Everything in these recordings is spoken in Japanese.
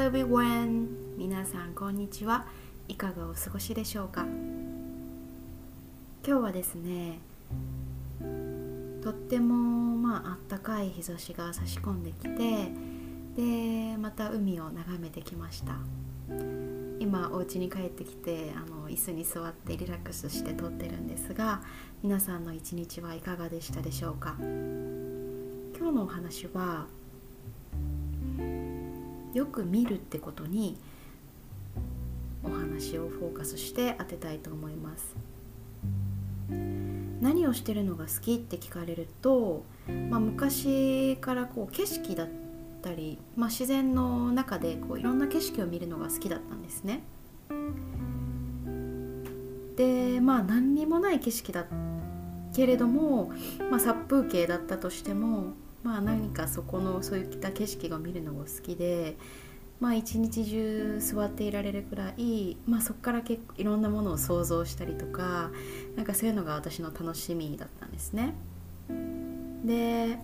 everyone! 皆さんこんにちは。いかがお過ごしでしょうか。今日はですね、とってもあったかい日差しが差し込んできて、でまた海を眺めてきました。今お家に帰ってきて椅子に座ってリラックスして撮ってるんですが、皆さんの一日はいかがでしたでしょうか。今日のお話はよく見るってことにお話をフォーカスして当てたいと思います。何をしてるのが好きって聞かれると、昔から景色だったり、自然の中でいろんな景色を見るのが好きだったんですね。で何にもない景色だけれども、殺風景だったとしても何かそういった景色が見るのが好きで、一日中座っていられるくらい、そこから結構いろんなものを想像したりとか、そういうのが私の楽しみだったんですね。で、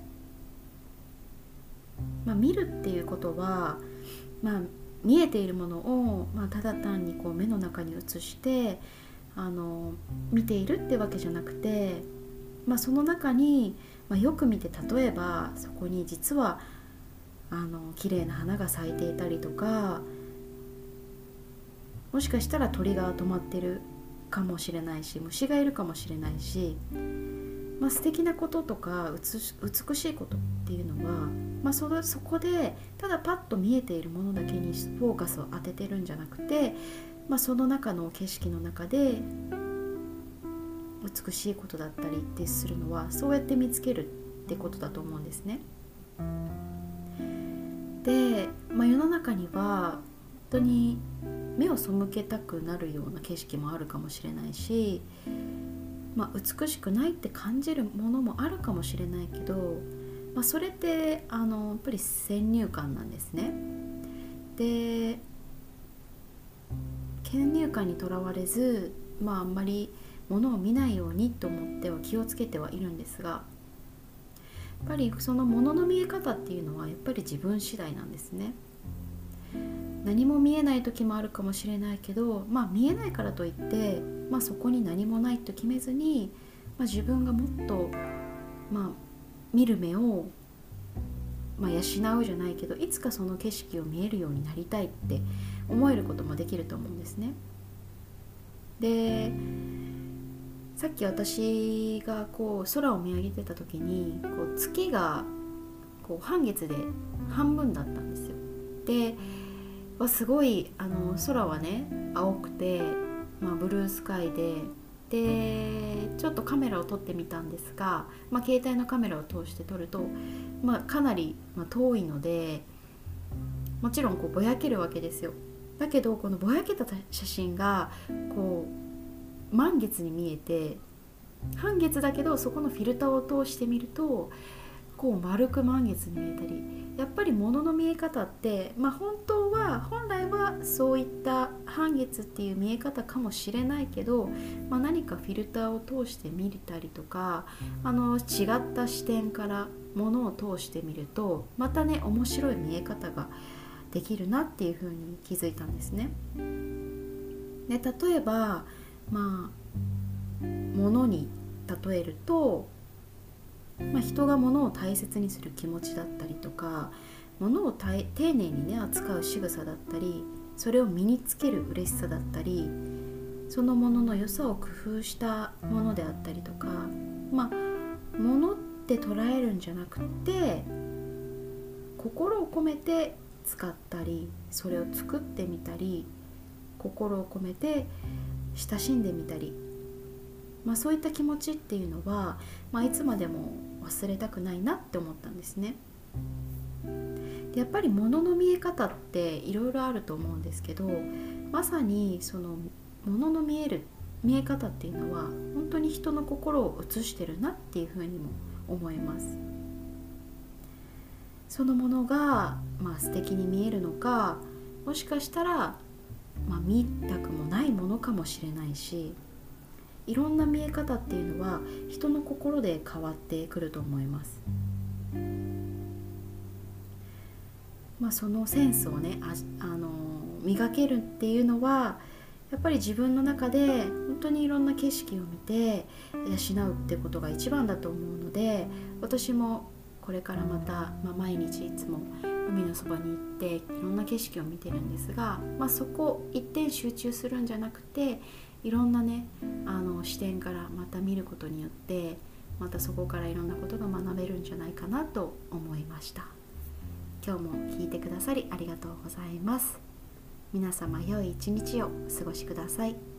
見るっていうことは、見えているものを、ただ単に目の中に映して見ているってわけじゃなくて、その中によく見て、例えばそこに実は綺麗な花が咲いていたりとか、もしかしたら鳥が止まってるかもしれないし、虫がいるかもしれないし、素敵なこととか美しいことっていうのは、そこでただパッと見えているものだけにフォーカスを当ててるんじゃなくて、その中の景色の中で美しいことだったりってするのは、そうやって見つけるってことだと思うんですね。で、世の中には本当に目を背けたくなるような景色もあるかもしれないし、美しくないって感じるものもあるかもしれないけど、それってやっぱり先入観なんですね。で、先入観にとらわれず、あんまり物を見ないようにと思っては気をつけてはいるんですが、やっぱりその物の見え方っていうのはやっぱり自分次第なんですね。何も見えない時もあるかもしれないけど、見えないからといって、そこに何もないと決めずに、自分がもっと、見る目を、養うじゃないけど、いつかその景色を見えるようになりたいって思えることもできると思うんですね。で、さっき私が空を見上げてた時に月が半月で半分だったんですよ。ですごい空はね青くて、ブルースカイでちょっとカメラを撮ってみたんですが、携帯のカメラを通して撮ると、かなり遠いので、もちろんぼやけるわけですよ。だけどこのぼやけた写真が満月に見えて、半月だけどそこのフィルターを通してみると丸く満月に見えたり、やっぱり物の見え方って、本来はそういった半月っていう見え方かもしれないけど、何かフィルターを通して見たりとか、違った視点から物を通してみると、またね面白い見え方ができるなっていうふうに気づいたんですね。で、例えば物に例えると、人が物を大切にする気持ちだったりとか、物を丁寧にね扱う仕草だったり、それを身につける嬉しさだったり、そのものの良さを工夫したものであったりとか、物って捉えるんじゃなくて、心を込めて使ったり、それを作ってみたり、心を込めて親しんでみたり、そういった気持ちっていうのは、いつまでも忘れたくないなって思ったんですね。で、やっぱり物の見え方っていろいろあると思うんですけど、まさにその物の見え方っていうのは本当に人の心を映してるなっていうふうにも思います。そのものが素敵に見えるのか、もしかしたら見たくもないものかもしれないし、いろんな見え方っていうのは人の心で変わってくると思います。 そのセンスをね磨けるっていうのはやっぱり自分の中で本当にいろんな景色を見て養うってことが一番だと思うので、私もこれからまた、毎日いつも海のそばに行っていろんな景色を見てるんですが、そこ一点集中するんじゃなくて、いろんなね視点からまた見ることによってまたそこからいろんなことが学べるんじゃないかなと思いました。今日も聞いてくださりありがとうございます。皆様良い一日をお過ごしください。